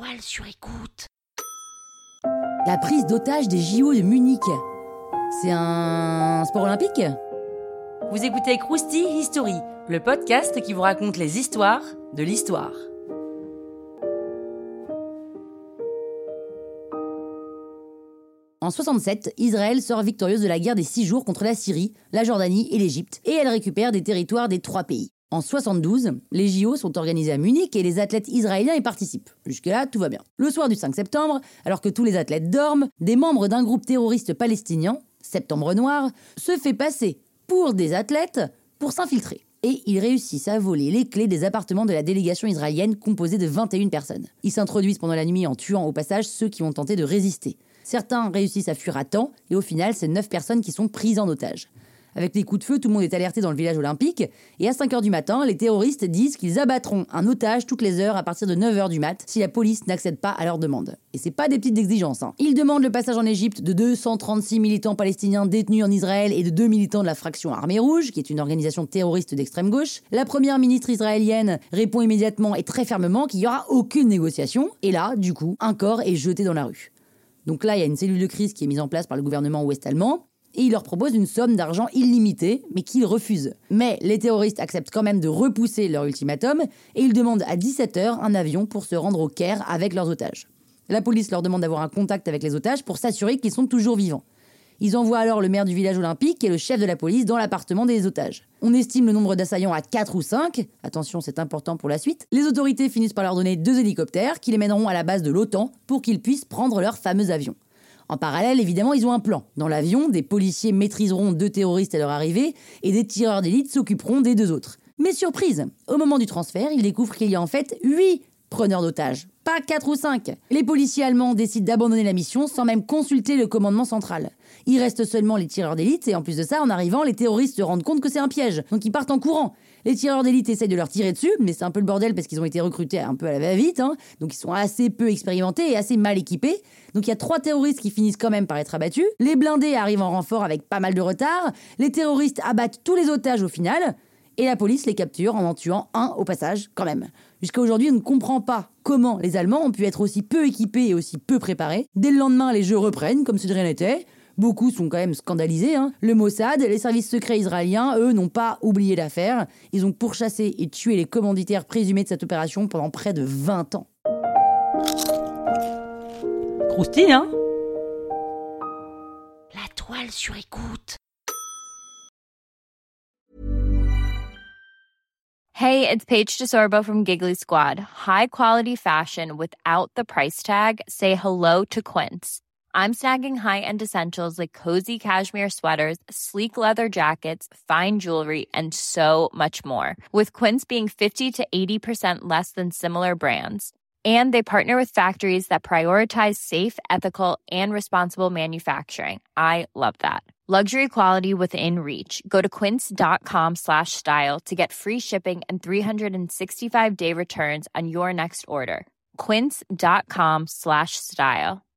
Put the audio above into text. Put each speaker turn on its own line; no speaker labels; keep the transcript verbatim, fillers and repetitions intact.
toile sur écoute.
La prise d'otage des J O de Munich. C'est un sport olympique ?
Vous écoutez Krusty History, le podcast qui vous raconte les histoires de l'histoire.
En soixante-sept, Israël sort victorieuse de la guerre des six jours contre la Syrie, la Jordanie et l'Égypte, et elle récupère des territoires des trois pays. En soixante-douze, les J O sont organisés à Munich et les athlètes israéliens y participent. Jusque-là, tout va bien. Le soir du cinq septembre, alors que tous les athlètes dorment, des membres d'un groupe terroriste palestinien, Septembre Noir, se fait passer pour des athlètes pour s'infiltrer. Et ils réussissent à voler les clés des appartements de la délégation israélienne composée de vingt et une personnes. Ils s'introduisent pendant la nuit en tuant au passage ceux qui ont tenté de résister. Certains réussissent à fuir à temps, et au final, c'est neuf personnes qui sont prises en otage. Avec les coups de feu, tout le monde est alerté dans le village olympique, et à cinq heures du matin, les terroristes disent qu'ils abattront un otage toutes les heures à partir de neuf heures du mat si la police n'accède pas à leur demande. Et c'est pas des petites exigences, hein. Ils demandent le passage en Égypte de deux cent trente-six militants palestiniens détenus en Israël et de deux militants de la fraction Armée Rouge, qui est une organisation terroriste d'extrême gauche. La première ministre israélienne répond immédiatement et très fermement qu'il n'y aura aucune négociation, et là, du coup, un corps est jeté dans la rue. Donc là, il y a une cellule de crise qui est mise en place par le gouvernement ouest-allemand, et il leur propose une somme d'argent illimitée, mais qu'ils refusent. Mais les terroristes acceptent quand même de repousser leur ultimatum, et ils demandent à dix-sept heures un avion pour se rendre au Caire avec leurs otages. La police leur demande d'avoir un contact avec les otages pour s'assurer qu'ils sont toujours vivants. Ils envoient alors le maire du village olympique et le chef de la police dans l'appartement des otages. On estime le nombre d'assaillants à quatre ou cinq. Attention, c'est important pour la suite. Les autorités finissent par leur donner deux hélicoptères qui les mèneront à la base de l'OTAN pour qu'ils puissent prendre leur fameux avion. En parallèle, évidemment, ils ont un plan. Dans l'avion, des policiers maîtriseront deux terroristes à leur arrivée et des tireurs d'élite s'occuperont des deux autres. Mais surprise, au moment du transfert, ils découvrent qu'il y a en fait huit preneurs d'otages, pas quatre ou cinq. Les policiers allemands décident d'abandonner la mission sans même consulter le commandement central. Il reste seulement les tireurs d'élite et en plus de ça, en arrivant, les terroristes se rendent compte que c'est un piège, donc ils partent en courant. Les tireurs d'élite essayent de leur tirer dessus, mais c'est un peu le bordel parce qu'ils ont été recrutés un peu à la va-vite, hein, donc ils sont assez peu expérimentés et assez mal équipés. Donc il y a trois terroristes qui finissent quand même par être abattus, les blindés arrivent en renfort avec pas mal de retard, les terroristes abattent tous les otages au final, et la police les capture en en tuant un au passage quand même. Jusqu'à aujourd'hui, on ne comprend pas comment les Allemands ont pu être aussi peu équipés et aussi peu préparés. Dès le lendemain, les jeux reprennent comme si de rien n'était. Beaucoup sont quand même scandalisés, hein. Le Mossad, les services secrets israéliens, eux, n'ont pas oublié l'affaire. Ils ont pourchassé et tué les commanditaires présumés de cette opération pendant près de vingt ans.
Krusty, hein ?
La toile sur écoute.
Hey, it's Paige DeSorbo from Giggly Squad. High quality fashion without the price tag. Say hello to Quince. I'm snagging high-end essentials like cozy cashmere sweaters, sleek leather jackets, fine jewelry, and so much more. With Quince being fifty to eighty percent less than similar brands. And they partner with factories that prioritize safe, ethical, and responsible manufacturing. I love that. Luxury quality within reach. Go to quince.com slash style to get free shipping and three sixty-five day returns on your next order. Quince.com slash style.